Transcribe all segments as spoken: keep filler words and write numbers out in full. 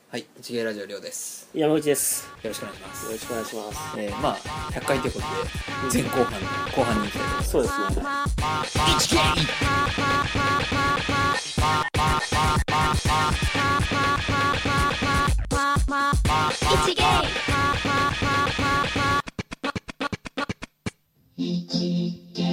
はい、一芸ラジオりょうです。 山口です。 よろしくお願いします。 よろしくお願いします。 えー、まあひゃっかいということで前後半後半に行きたいと思います。 そうですね。一芸。一芸。一芸。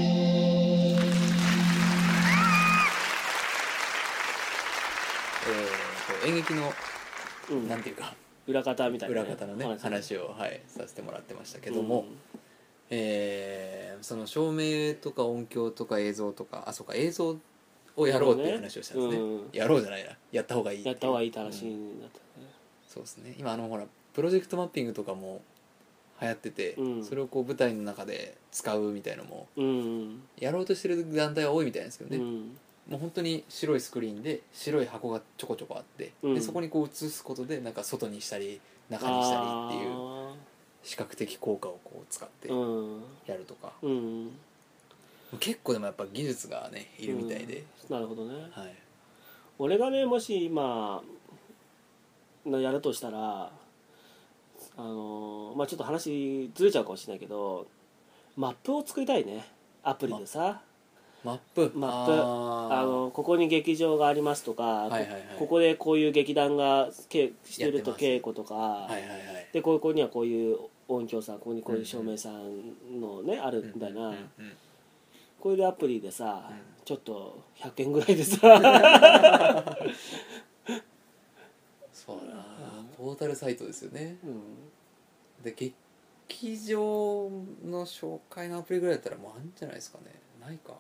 えーと演劇の、 うん、 なんていうか裏方みたいな、ね、 裏方のね話, 話を、はい、させてもらってましたけども、 うん、 えーその照明とか音響とか映像とか、あ、そうか、映像をやろうっていう話をしたんですね。 うん、 やろうじゃないな、やった方がいいっていう。 やった方がいいって話になったね、 うん、そうですね。今あのほらプロジェクトマッピングとかも流行ってて、 うん、 それをこう舞台の中で使うみたいのも、 うん、 やろうとしてる団体は多いみたいなんですけどね、 うん、 もう本当に白いスクリーンで白い箱がちょこちょこあって、うん、でそこにこう映すことでなんか外にしたり中にしたりっていう視覚的効果をこう使ってやるとか、 うん、 結構でもやっぱ技術がねいるみたいで、 うん、なるほどね、 はい、 俺がねもし今やるとしたら、あのまあちょっと話ずれちゃうかもしれないけど、マップを作りたいね、アプリでさ。 マップマップ ああのここに劇場がありますとか、はいはいはい、 こ, ここでこういう劇団がしてると稽古とか、はいはいはい、でここにはこういう音響さん、ここにこういう照明さんのね、うん、あるみたいな、うんうんうん、こういうアプリでさ、うん、ちょっとひゃくえんぐらいでさそうだな、ポータルサイトですよね、 うん、で劇場の紹介のアプリぐらいだったらもうあるんじゃないですかね。ないか、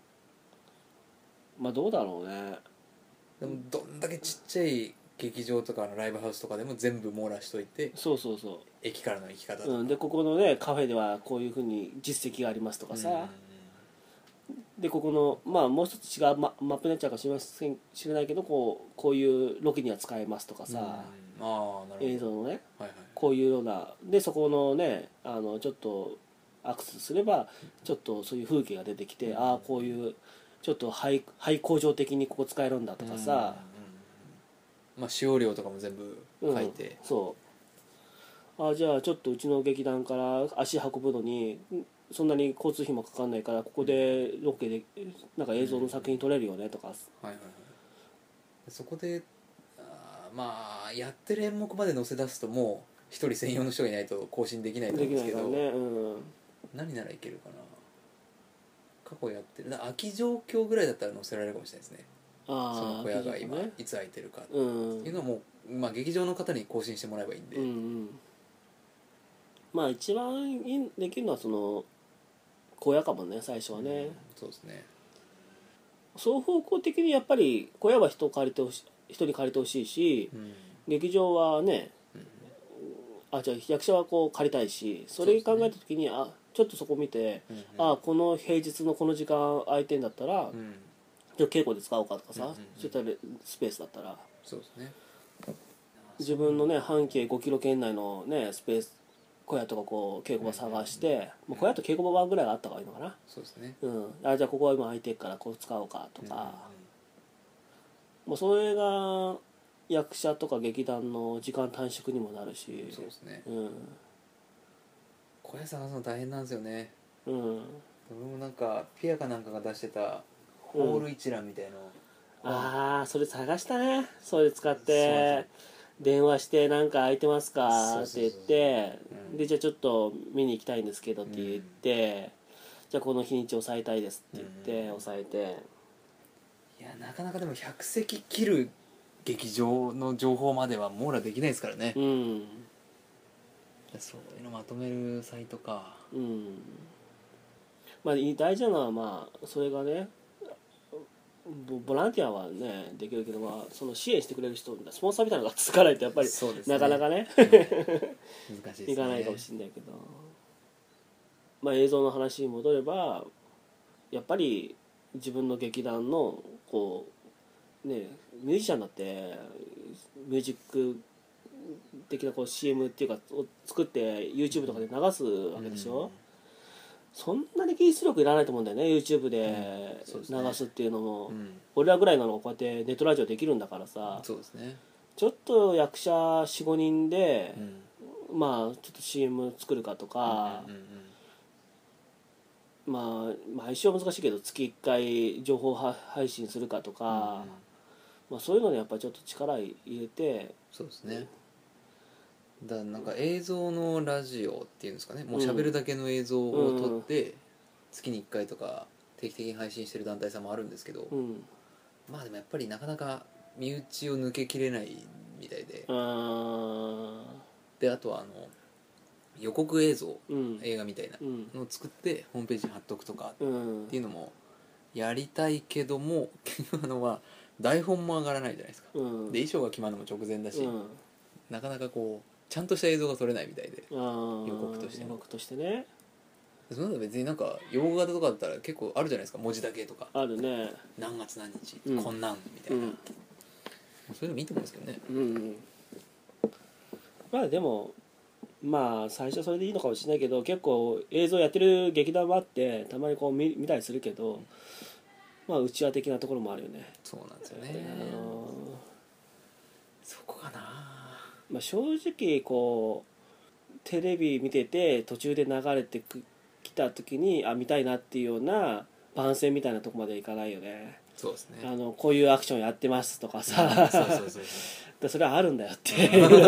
まあどうだろうね。 でもどんだけちっちゃい劇場とかのライブハウスとかでも全部網羅しといて、 そうそうそう、 駅からの行き方とか、 うん、でここのねカフェではこういうふうに実績がありますとかさ、うん、でここのまあもう一つ違う マ, マップになっちゃうかもしれません知らないけど、こうこういうロケには使えますとかさ、うん、ああ、なるほど、 映像のね、はいはい、 こういうようなでそこのねあのちょっとアクセスすればちょっとそういう風景が出てきて、うん、ああこういうちょっと廃工場的にここ使えるんだとかさ、うんうんうん、 まあ、使用料とかも全部書いて、 うん、そうあじゃあちょっとうちの劇団から足運ぶのにそんなに交通費もかかんないからここでロケでなんか映像の作品撮れるよねとか、うん、はいはいはい、 そこであまあやってる演目まで載せ出すともう一人専用の人がいないと更新できないと思うんですけど、ね、うん、何ならいけるかな。過去やってる空き状況ぐらいだったら載せられるかもしれないですね。あその小屋が今、ね、いつ空いてるかっていうのはもう、まあ、劇場の方に更新してもらえばいいんで、うんうん、 まあ一番いいできるのはその小屋かもね最初はね、うん、 そうですね。 双方向的にやっぱり小屋は人を借りてほし人に借りてほしいし、うん、劇場はね、うん、あじゃあ役者はこう借りたいし、それ考えた時に、ね、あちょっとそこ見て、うんうん、あこの平日のこの時間空いてんだったら、うん、じゃあ稽古で使おうかとかさ、うんうんうん、そういったスペースだったらそうですね。 自分のね半径ごキロ圏内のねスペース小屋とかこう稽古場探して、うんうんうん、もう小屋と稽古場ぐらいがあった方がいいのかな。 そうですね、 うん、あじゃあここは今空いてるからこう使おうかとか、うんうん、もうそれが役者とか劇団の時間短縮にもなるし、 そうですね、 うん、 小屋探すの大変なんですよね。 うん、俺もなんかピアかなんかが出してたホール一覧みたいな、 うん、ああそれ探したね。それ使って電話してなんか空いてますかって言って、うん、でじゃあちょっと見に行きたいんですけどって言って、うん、じゃあこの日にち抑えたいですって言って、うん、抑えて、 いやなかなかでもひゃく席切る劇場の情報までは網羅できないですからね、うん、そういうのまとめるサイトか、 うん、まあ大事なのはまあそれがねボランティアはねできるけど、まあ、その支援してくれる人スポンサーみたいなのがつかないとやっぱり、ね、なかなかね、うん、難しいですね。いかないかもしれないけど、まあ、映像の話に戻ればやっぱり自分の劇団のこうねミュージシャンだってミュージック的なこう シーエム っていうかを作って YouTube とかで流すわけでしょ、うん、そんなに技術力いらないと思うんだよね YouTube で流すっていうのも、うん、俺らぐらいなのがこうやってネットラジオできるんだからさ、 そうですね、 ちょっと役者 よん,ご 人で、 うん、 まあちょっと シーエム 作るかとか、 うんうんうんまあ毎週は難しいけど月いっかい情報配信するかとか、 うんうん、 まあ、そういうのにやっぱりちょっと力入れて。 そうですね。だからなんか映像のラジオっていうんですかね、もう喋るだけの映像を撮って月にいっかいとか定期的に配信してる団体さんもあるんですけど、 うん、 まあでもやっぱりなかなか身内を抜けきれないみたいで、 あであとはあの予告映像、 うん、 映画みたいなのを作ってホームページに貼っとくとかうん、 っていうのもやりたいけども、結局あのは台本も上がらないじゃないですか、 うん、 で衣装が決まるのも直前だし、 うん、 なかなかこうちゃんとした映像が撮れないみたいで、 予告として予告としてね。 そんなの別になんか用語型とかだったら結構あるじゃないですか、文字だけとかあるね。 何月何日、 うん、 こんなんみたいな、 うん、 そういうのもいいと思うんですけどね。 うん、まあでもまあ最初それでいいのかもしれないけど、結構映像やってる劇団もあってたまにこう 見, 見たりするけど、まあうちわ的なところもあるよね。 そうなんですよね、 あのそこかな。 まあ、正直こうテレビ見てて途中で流れてきた時にあ見たいなっていうような番宣みたいなとこまでいかないよね。 そうですね、 あのこういうアクションやってますとかさ、 うん、そうそうそうそうでそれはあるんだよって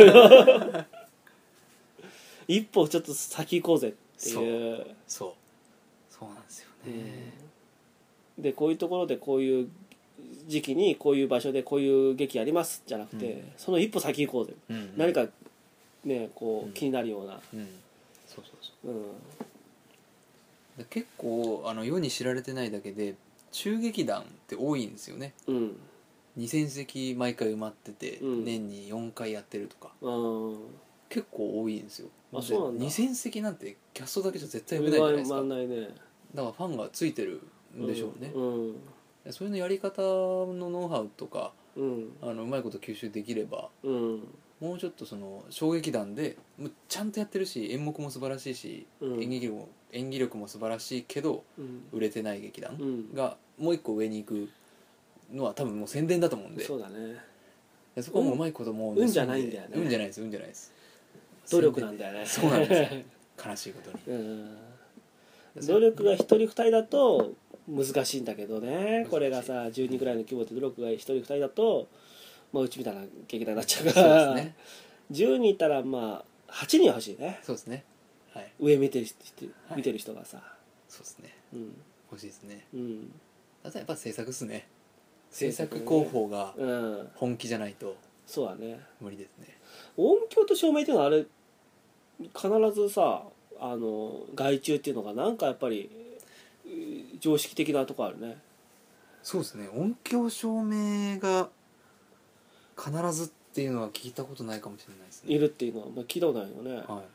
一歩ちょっと先行こうぜっていう。 そうそうなんですよね、 うん、でこういうところでこういう時期にこういう場所でこういう劇やりますじゃなくて、うん、その一歩先行こうぜ、うんうん、何かねこう気になるような、 うんうん、そうそうそう、うん、結構あの世に知られてないだけで中劇団って多いんですよね、うん、にせん席毎回埋まってて、うん、年によんかいやってるとか、うん、結構多いんですよ。 あ、そうなんだ。 にせん席なんてキャストだけじゃ絶対埋めないじゃないですか。 埋まんないね。 だからファンがついてるんでしょうね、 うんうん、 そういうのやり方のノウハウとか、うん、あのうまいこと吸収できれば、うん、もうちょっとその小劇団でちゃんとやってるし演目も素晴らしいし、うん、演技力も演技力も素晴らしいけど、うん、売れてない劇団がもう一個上に行くのは多分もう宣伝だと思うんで、 そうだね、 そこはもううまいこともう、 ね、運じゃないんだよね。 運じゃないです運じゃないです努力なんだよね。 そうなんですよ悲しいことに、うん、 努力が一人二人だと難しいんだけどね。これがさじゅうにんぐらいの規模で努力が一人二人だと、まあ、うちみたいな劇団になっちゃうから、そうですね、じゅうにんいたらまあはちにんは欲しいね。 そうですね、はい、 上見てる人、見てる人がさ、はい、 そうですね、うん、欲しいですね、うん、あとやっぱ制作っすね。制作広報が本気じゃないと、うん、 そうだね、 無理ですね。 音響と照明っていうのはあれ必ずさあの外注っていうのがなんかやっぱり常識的なとこあるね。 そうですね、音響照明が必ずっていうのは聞いたことないかもしれないですね。 いるっていうのは、まあ、聞いたことないよね、 はい、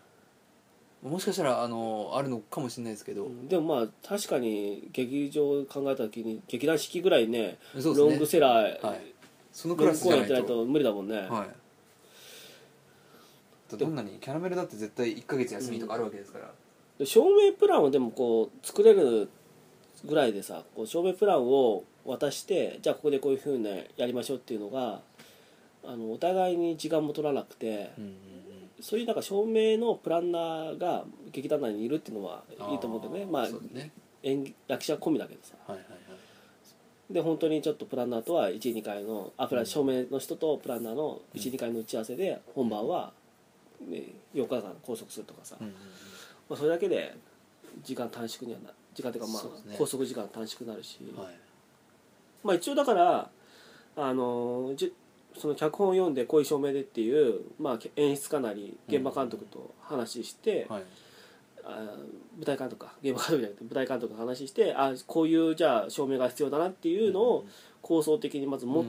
もしかしたらあのあるのかもしれないですけど、うん、 でもまあ確かに劇場考えた時に劇団四季ぐらい ね, ねロングセラー、はい、 そのクラスじゃないとやってないと無理だもんね、はい、 どんなにキャラメルだって絶対いっかげつ休みとかあるわけですから、 うん、照明プランをでもこう作れるぐらいでさ、こう照明プランを渡してじゃあここでこういうふうにやりましょうっていうのがあのお互いに時間も取らなくて、うんうんうん、そういうなんか照明のプランナーが劇団内にいるっていうのはいいと思うんだよね。まあね、演役者込みだけどさ、はいはいはい、で本当にちょっとプランナーとはいち、にかいのあプラ照明の人とプランナーのいち、にかいの打ち合わせで本番は、ね、よっかかん拘束するとかさ、うんうんうん、まあ、それだけで時間短縮にはな時間というかまあ拘束時間短縮になるし、はい、まあ一応だからあのじその脚本を読んでこういう照明でっていう、まあ、演出家なり現場監督と話して、うん、はい、あ舞台監督か現場監督じゃなくて舞台監督と話してあこういうじゃあ照明が必要だなっていうのを構想的にまず持って、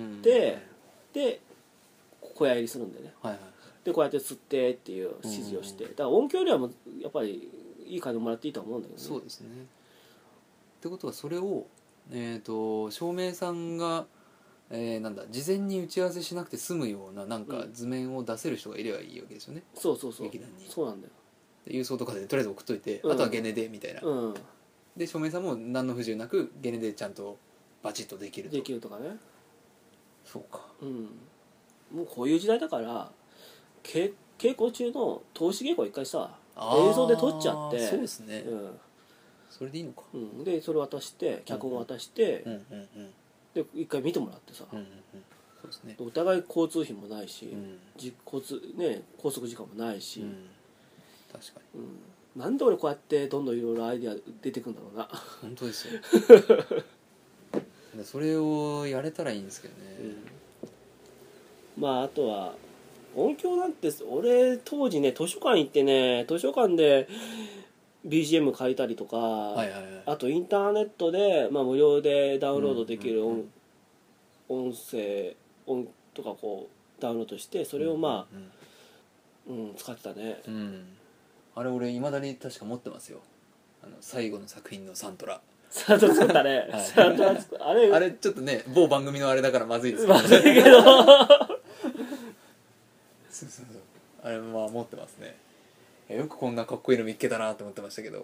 うん、で小屋入りするんでね、はいはい、でこうやって吸ってっていう指示をして、だから音響量もやっぱりいい金もらっていいと思うんだけどね。 そうですね。ってことはそれを、えーと、照明さんがえー、なんだ事前に打ち合わせしなくて済むようななんか図面を出せる人がいればいいわけですよね、 うん、そうそうそう劇団にそうなんだよ。 で郵送とかでとりあえず送っといて、うん、あとはゲネでみたいな、うん、で照明さんも何の不自由なくゲネでちゃんとバチッとできるとできるとかね。 そうか、 うん、 もうこういう時代だから稽古中の通し稽古を一回さ映像で撮っちゃって、 そうですね、 うん、 それでいいのか、 うん、でそれ渡して脚本渡して、 うんうんうん、 で一回見てもらってさ、 うんうんうん、そうですね、 お互い交通費もないし、 うん、 交通ね、拘束時間もないし、うん、 確かに、うん、なんで俺こうやってどんどんいろいろアイディア出てくるんだろうな。 本当ですよそれをやれたらいいんですけどね、 うん、まああとは音響なんて俺当時ね図書館行ってね図書館で ビージーエム 借りたりとか、はいはいはい、あとインターネットで、まあ、無料でダウンロードできる音、うんうんうん、音声音とかこうダウンロードしてそれをまあ、うんうんうん、使ってたね、 うん、あれ俺いまだに確か持ってますよ、あの最後の作品のサントラサントラ作ったね、はい、サントラ作ったあれあれちょっとね某番組のあれだからまずいですけど、ね、 まずいけどそうそうそうあれまあ持ってますね。よくこんなかっこいいの見っけたなと思ってましたけど、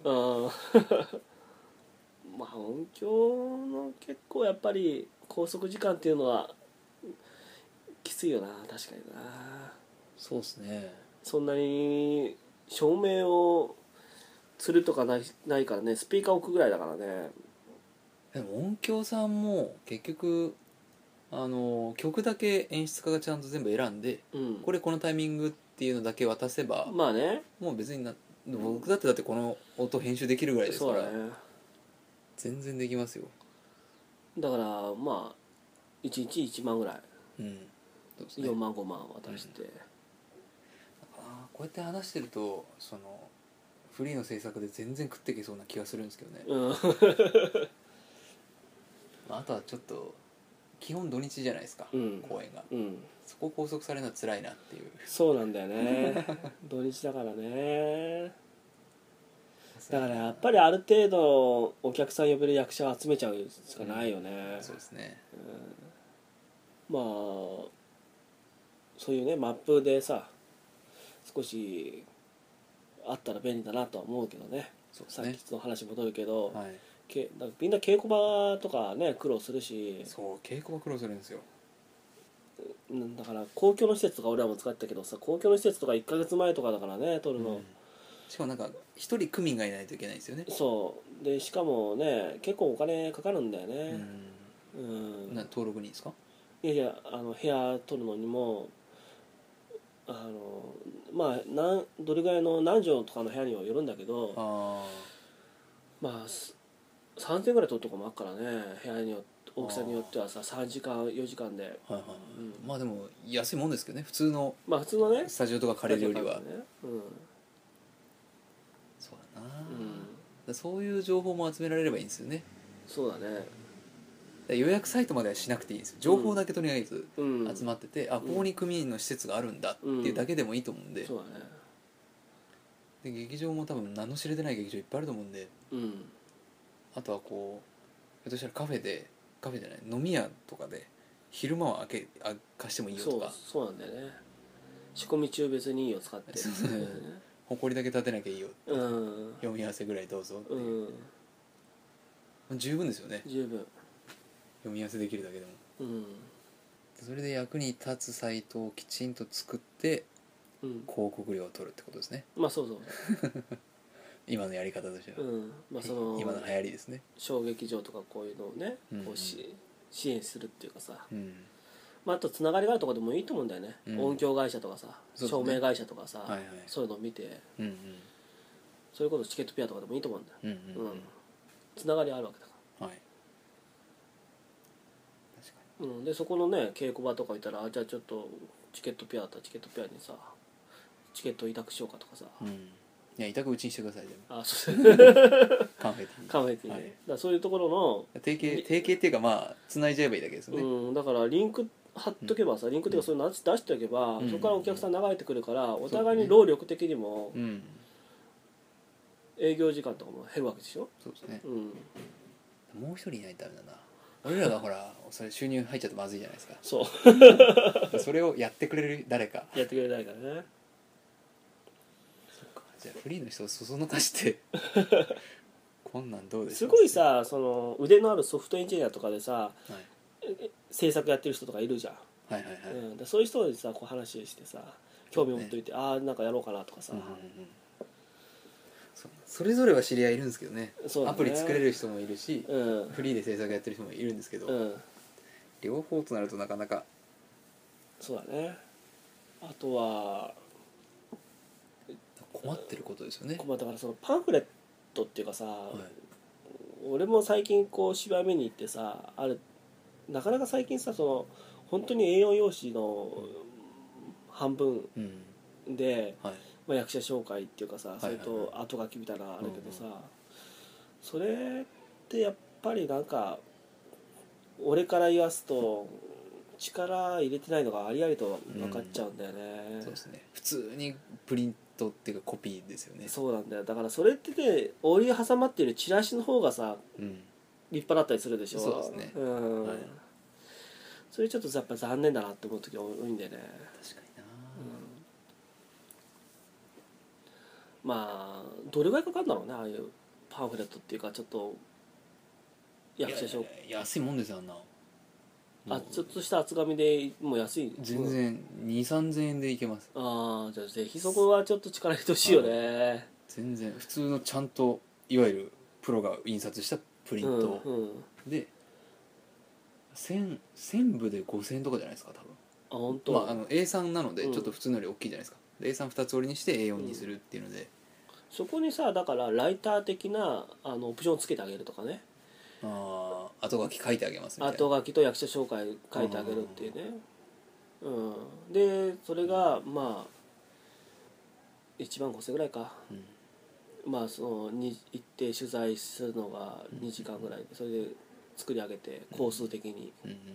まあ音響の結構やっぱり拘束時間っていうのはきついよな、確かにな。 そうですね、 そんなに照明をつるとかない、ないからね、スピーカー置くぐらいだからね。 でも音響さんも結局あの曲だけ演出家がちゃんと全部選んで、うん、これこのタイミングっていうのだけ渡せばまあね、 もう別にな僕だってだってこの音編集できるぐらいですから、ね、全然できますよ。 だからまあいちにちいちまんぐらい、うんそうですね、 よんまんごまん渡して、うん、 あこうやって話してるとそのフリーの制作で全然食っていけそうな気がするんですけどね、うんあとはちょっと基本土日じゃないですか、うん、公演が、うん、そこ拘束されるのは辛いなっていう。 そうなんだよね土日だからね。だからやっぱりある程度お客さん呼べる役者を集めちゃうしかないよね、 うん、そうですね、 うん、まあそういうねマップでさ少しあったら便利だなとは思うけどね。そうですね、さっきの話戻るけど、はい、けだみんな稽古場とかね苦労するし。 そう稽古場苦労するんですよ。 だから公共の施設とか俺らも使ってたけどさ、公共の施設とかいっかげつまえとかだからね撮るの、うん、 しかもなんか一人区民がいないといけないですよね。 そうでしかもね結構お金かかるんだよね。うん、うん、 な登録にですか。いやいやあの部屋取るのにもあのまあなんどれぐらいの何畳とかの部屋にはよるんだけど、あまあさんぜんえんぐらい取るとこもあるからね、部屋によって大きさによってはささんじかんよじかんで、はいはい、 うん、まあでも安いもんですけどね、普通のまあ普通のねスタジオとか借りるよりは、ね、 うん、 そうだな、うん、そういう情報も集められればいいんですよね。 そうだね、 予約サイトまではしなくていいんですよ。情報だけとりあえず集まってて、うん、あここに区民の施設があるんだっていうだけでもいいと思うんで、うん、そうだね。で劇場も多分名の知れてない劇場いっぱいあると思うんで、うん、あとはこうひょっとしたらカフェでカフェじゃない飲み屋とかで昼間は開けあ貸してもいいよとか。 そう、そうなんだよね。仕込み中別にいいよ使って、 ほこりだけ立てなきゃいいよ、うん、読み合わせぐらいどうぞっていう、うん、十分ですよね。 十分読み合わせできるだけでも、うん、それで役に立つサイトをきちんと作って、うん、広告料を取るってことですね。 まあそうそう今のやり方としては、うんまあ、その今の流行りですね。 小劇場とかこういうのをね、うん、こうし支援するっていうかさ、うんまあ、あとつながりがあるところでもいいと思うんだよね、うん、音響会社とかさ、ね、照明会社とかさ、はいはい、そういうのを見て、うんうん、そういうことチケットピアとかでもいいと思うんだよ、うんうんうん、つながりあるわけだから、はいうん、でそこのね稽古場とかいたら、あじゃあちょっとチケットピアだったらチケットピアにさチケット委託しようかとかさ、うん、いや委託うちにしてください。でもあそうカンフェティカンフェティね、はい、だからそういうところの提携提携っていうかまあ繋いじゃえばいいだけですよね、 うん、だからリンク貼っとけばさ、うん、リンクっていうかそういうの出しておけば、うん、そこからお客さん流れてくるから、うん、お互いに労力的にも、うん、営業時間とかも減るわけでしょ。 そうですね、うん、もう一人いないとダメだな。俺らがほらそれ収入入っちゃってまずいじゃないですか。そうそれをやってくれる誰かやってくれる誰かね。 そっか、じゃあフリーの人をそそのかしてこんなんどうでしょう。 すごいさその腕のあるソフトエンジニアとかでさ、はい、制作やってる人とかいるじゃん。 はいはいはい、 うん、でそういう人にさこう話してさ興味を持っといて、ね、ああなんかやろうかなとかさ、うんうんうん、 そ, それぞれは知り合いいるんですけど ね, そうだね、 アプリ作れる人もいるし、 うん、 フリーで制作やってる人もいるんですけど、 うん、 両方となるとなかなかそうだね。あとは困ってることですよね。 困ったからそのパンフレットっていうかさ、はい、俺も最近こう芝居見に行ってさあれなかなか最近さその本当に エーよん 用紙の半分で、うんはいまあ、役者紹介っていうかさ、はいはいはい、それと後書きみたいなのあるけどさ、うんうん、それってやっぱりなんか俺から言わすと力入れてないのがありありと分かっちゃうんだよね、 うん、そうですね。普通にプリントっていうかコピーですよね。 そうなんだよ。だからそれってね折り挟まってるチラシの方がさ、うん、立派だったりするでしょ。 そうですね、 うんはい、それちょっとやっぱ残念だなって思う時が多いんだよね。 確かにな、 うん、まあどれぐらいかかるんだろうねああいうパンフレットっていうかちょっと役者証安いもんですよあんな。 あちょっとした厚紙でもう安い全然にせんさんぜんえんでいけます。 ああじゃあぜひそこはちょっと力入れてほしいよね。 全然普通のちゃんといわゆるプロが印刷したプリント、うんうん、で1000, せん部でごせんえんとかじゃないですか多分。 あ本当、 まあ、あの エーさん なのでちょっと普通のより大きいじゃないですか、うん、エーさんふた つ折りにして エーよん にするっていうので、うん、 そこにさだからライター的なあのオプションをつけてあげるとかね。 ああ後書き書いてあげますみたいな。 後書きと役者紹介書いてあげるっていうね、うん、でそれがまあいちまんごせんぐらいか、うん、まあそのに行って取材するのがにじかんぐらいでそれで作り上げて工数的に、うんうんうんうん、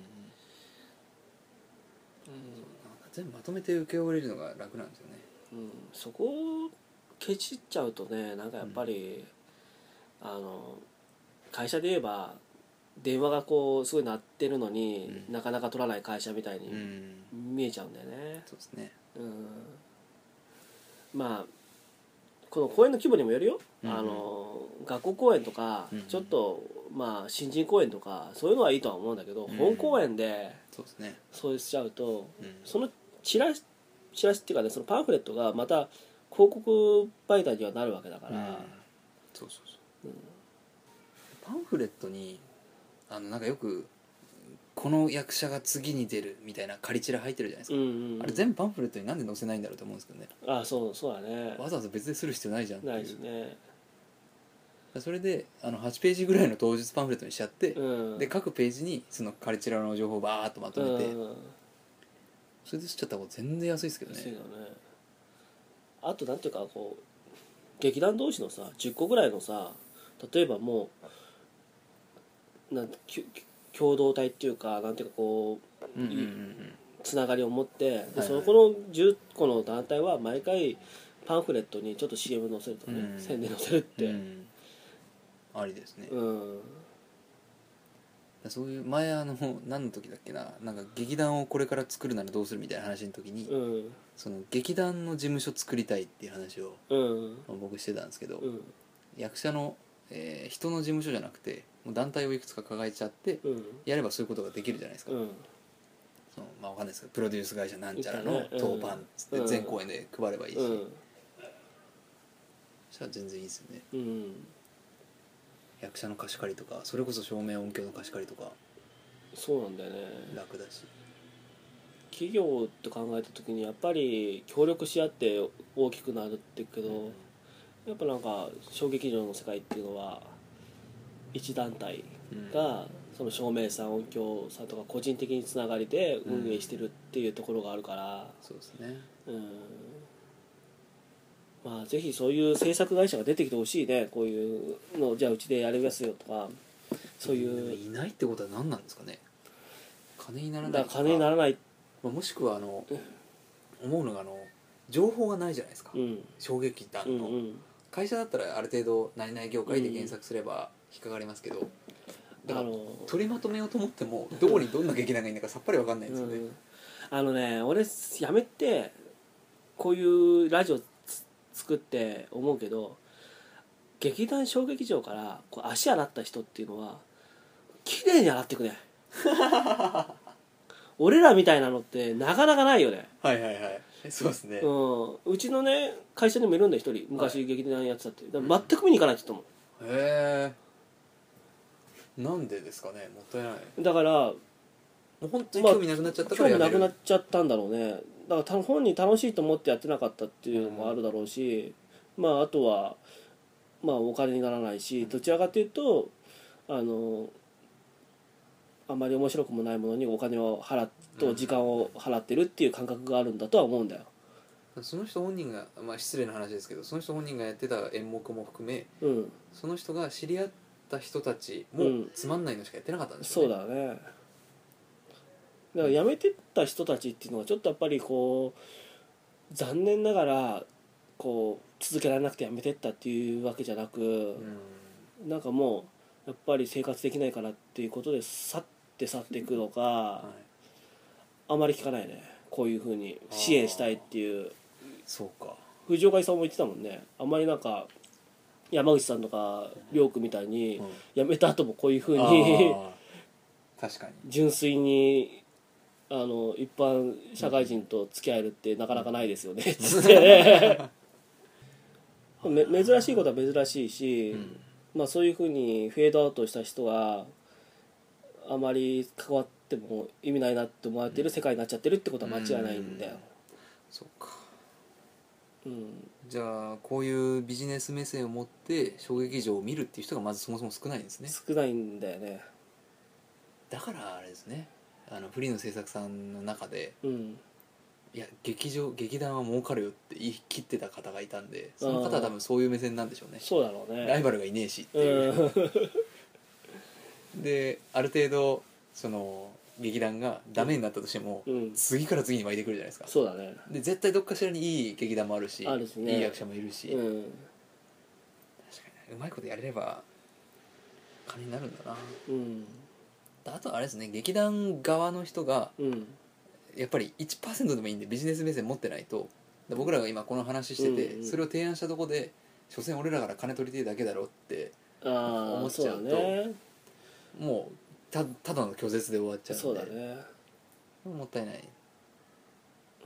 全部まとめて受け負えるのが楽なんですよね、 うん、そこをケチっちゃうとねなんかやっぱり、うん、あの会社で言えば電話がこうすごい鳴ってるのに、うん、なかなか取らない会社みたいに見えちゃうんだよね、 うん、そうですね、 うん、まあこの公演の規模にもよるよ、うんうん、あの学校公演とか、うんうん、ちょっとまあ新人公演とかそういうのはいいとは思うんだけど、うん、本公演でそうですねそうしちゃうと、うん、そのチラシチラシっていうかねそのパンフレットがまた広告媒体にはなるわけだから、うん、 そうそうそう、うん、パンフレットにあのなんかよくこの役者が次に出るみたいなカリチラ入ってるじゃないですか、うんうんうん、あれ全部パンフレットになんで載せないんだろうと思うんですけどね。 ああそうそうだね。 わざわざ別でする必要ないじゃんっていう。 ないですね。 それであのはちページぐらいの当日パンフレットにしちゃって、うん、で各ページにそのカリチラの情報をバーッとまとめて、うん、それでしちゃった方が全然安いですけどね。 安いよね。あとなんていうかこう劇団同士のさじゅっこぐらいのさ例えばもうなんて共同体っていうかなんていうかこう、うんうんうん、つながりを持って、はいはい、でそこのじゅっこの団体は毎回パンフレットにちょっと シーエム 載せるとかね、うん、宣伝載せるって、うん、 ありですね、うん、そういう前あの何の時だっけななんか劇団をこれから作るならどうするみたいな話の時に、うん、その劇団の事務所作りたいっていう話を、うん、僕してたんですけど、うん、役者の、えー、人の事務所じゃなくてもう団体をいくつか抱えちゃって、うん、やればそういうことができるじゃないですか、うん、そのまあわかんないですけどプロデュース会社なんちゃらの当番っつって全公演で配ればいいし、うん、そしたら全然いいですよね、うん、役者の貸し借りとかそれこそ照明音響の貸し借りとかそうなんだよね楽だし企業って考えた時にやっぱり協力し合って大きくなるってけど、うん、やっぱなんか小劇場の世界っていうのは一団体がその照明さん音響さんとか個人的につながりで運営してるっていうところがあるから、うん、 そうですね、うん、 まあぜひそういう制作会社が出てきてほしいね。こういうのじゃあうちでやりますよとかそういういないってことは何なんですかね。金にならないとか、 金にならない、 まあ、もしくはあの思うのがあの情報がないじゃないですか、うん、衝撃弾の、うんうん、会社だったらある程度何々業界で検索すれば引っかかりますけど、だから取りまとめようと思ってもどこにどんな劇団がいいのかさっぱり分かんないんですよね、うん、 あのね俺やめてこういうラジオ作って思うけど劇団小劇場からこう足洗った人っていうのは綺麗に洗ってくね俺らみたいなのってなかなかないよね。 はいはいはい、そうですね、 うん、うちのね会社にもいるんだ一人昔劇団やってたって、だから全く見に行かないって言ったもん。 へえ、なんでですかね、もったいない。 だからもう本当に興味なくなっちゃったからやめる、 興味なくなっちゃったんだろうね。だから本人楽しいと思ってやってなかったっていうのもあるだろうし、うん、まああとはまあお金にならないし、どちらかというとあのあまり面白くもないものにお金を払っと時間を払ってるっていう感覚があるんだとは思うんだよ。 その人本人が、まあ、失礼な話ですけど、その人本人がやってた演目も含め、 うん、 その人が知り合った人たちもつまんないのしかやってなかったんですそうよね、 だね。だから辞めてった人たちっていうのはちょっとやっぱりこう残念ながらこう続けられなくて辞めてったっていうわけじゃなく、 うん、 なんかもうやっぱり生活できないからっていうことで去って去っていくのか、 はい、 あまり聞かないね。こういうふうに支援したいっていう。 そうか、 藤岡さんも言ってたもんね。あんまりなんか山口さんとか亮君みたいに、うん、辞めた後もこういうふうに確かに純粋にあの一般社会人と付き合えるってなかなかないですよね、うん、つってめ珍しいことは珍しいし、うん、まあ、そういうふうにフェードアウトした人があまり関わっても意味ないなって思われてる世界になっちゃってるってことは間違いないんだよ、うん、 そうか、 うん、 じゃあこういうビジネス目線を持って小劇場を見るっていう人がまずそもそも少ないんですね。 少ないんだよね。 だからあれですね、あのフリーの制作さんの中で、 うん、 いや劇場劇団は儲かるよって言い切ってた方がいたんで、その方は多分そういう目線なんでしょうね。 そうだろうね。 ライバルがいねえしっていう、うん、である程度その劇団がダメになったとしても、うん、次から次に湧いてくるじゃないですか。 そうだね。 で絶対どっかしらにいい劇団もあるし、 あるしね、 いい役者もいるし、うん、確かにうまいことやれれば金になるんだな、うん、あとあれですね、劇団側の人が、うん、やっぱり いちパーセント でもいいんでビジネス目線持ってないと、僕らが今この話してて、うんうん、それを提案したとこで所詮俺らから金取りてえだけだろって思っちゃうと、ね、もう た, ただの拒絶で終わっちゃうんで、 そうだね、 もったいない。 うん、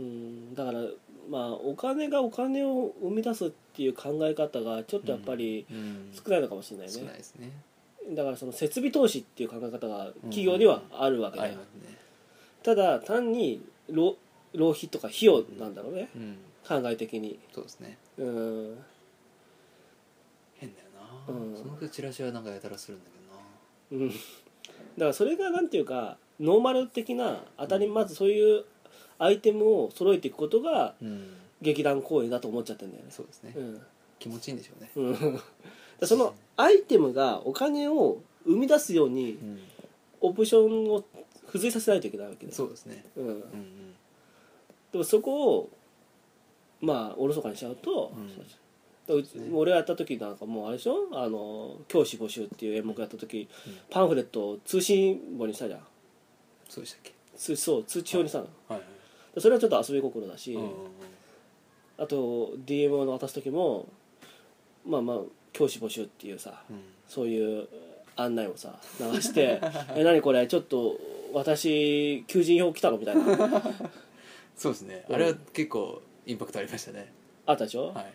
だからまあお金がお金を生み出すっていう考え方がちょっとやっぱり少ないのかもしれないね、うんうん、 少ないですね。 だからその設備投資っていう考え方が企業にはあるわけだよ、うんうん、ね、ただ単に 浪, 浪費とか費用なんだろうね、うん、考え的に。 そうですね、 うん、 変だよな、うん、そのチラシはなんかやたらするんだけどな、うん、だからそれがなんていうかノーマル的な当たり、まずそういうアイテムを揃えていくことが劇団公演だと思っちゃってるんだよね。 そうですね、うん、気持ちいいんでしょうね、 うんそのアイテムがお金を生み出すようにオプションを付随させないといけないわけだ。 そうですね、うんうんうん、 でもそこをまあおろそかにしちゃうと、うんね、俺がやった時なんかもうあれでしょ、あの教師募集っていう演目やった時、うん、パンフレットを通信簿にしたじゃん。 そうでしたっけ。 そう通知表にしたの、はいはいはい、それはちょっと遊び心だし、うんうんうん、あと ディーエム を渡す時もまあまあ教師募集っていうさ、うん、そういう案内をさ流してえ何これちょっと私求人票来たのみたいなそうですね、うん、あれは結構インパクトありましたね。 あったでしょ、はい、 確か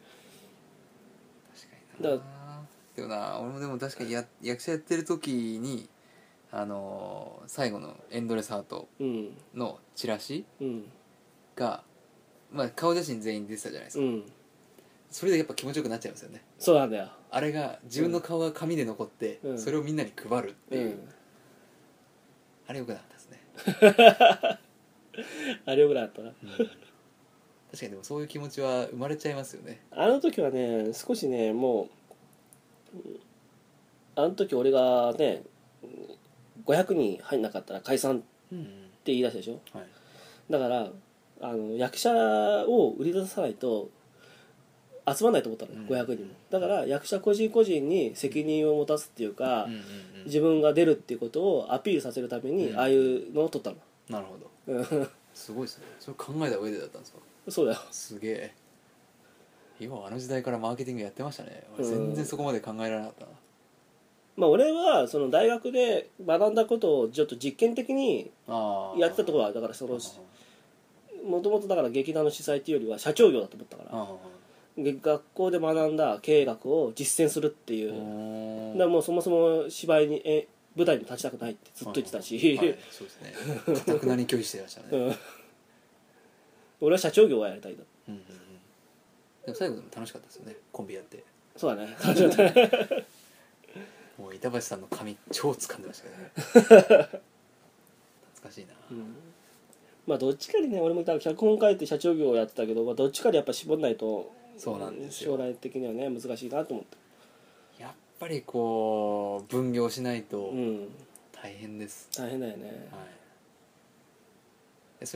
にな。だでもな俺もでも確かにや役者やってる時にあのー、最後のエンドレスハートのチラシが、うん、まあ顔写真全員出てたじゃないですか、うん、それでやっぱ気持ちよくなっちゃいますよね。 そうなんだよ。 あれが自分の顔が紙で残って、うん、それをみんなに配るっていう、うん、あれよくなかったですねあれよくなかったな、うん、 確かにでもそういう気持ちは生まれちゃいますよね。 あの時はね少しねもうあの時俺がねごひゃくにん入んなかったら解散って言い出したでしょ、うんはい、だからあの役者を売り出さないと集まんないと思ったのよ、うん、ごひゃくにんも。だから役者個人個人に責任を持たすっていうか、うんうんうん、自分が出るっていうことをアピールさせるために、うん、ああいうのを取ったの。 なるほどすごいですね。それ考えた上でだったんですか。 そうだよ。 すげえ。今あの時代からマーケティングやってましたね。全然そこまで考えられなかったな、 まあ俺はその大学で学んだことをちょっと実験的にやってたところはだからそのもともとだから劇団の主催っていうよりは社長業だと思ったから学校で学んだ経営学を実践するっていうだからもうそもそも芝居にえ舞台に立ちたくないってずっと言ってたし、 はい、そうですねかたくなに拒否してましたね、うん、 俺は社長業はやりたいんだ、うんうんうん、 でも最後でも楽しかったですよねコンビやって。 そうだね楽しかったもう板橋さんの髪超掴んでましたけどね懐かしいな、うん、 まあどっちかにね俺も脚本書いて社長業をやってたけど、まあ、どっちかでやっぱ絞んないとそうなんですよ将来的にはね難しいなと思ってやっぱりこう分業しないと大変です、 うん、大変だよね、はい、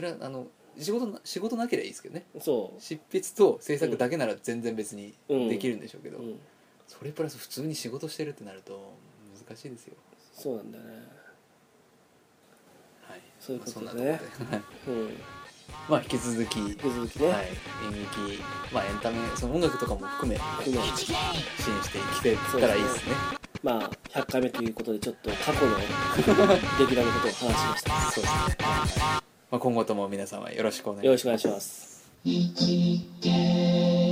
それはあの仕事仕事なければいいですけどね。 そう執筆と制作だけなら全然別にできるんでしょうけど、うんうん、それプラス普通に仕事してるってなると難しいですよ。 そうなんだよね。 はい、 そういうことでね。 うん、まあ引き続き、引き続きね、 はい、演劇、まあエンタメ、その音楽とかも含め支援していけたらいいですね。 まあひゃっかいめということでちょっと過去の劇団のことを話しました。 そうですね。はい、まあ今後とも皆様よろしくお願いします。 よろしくお願いします。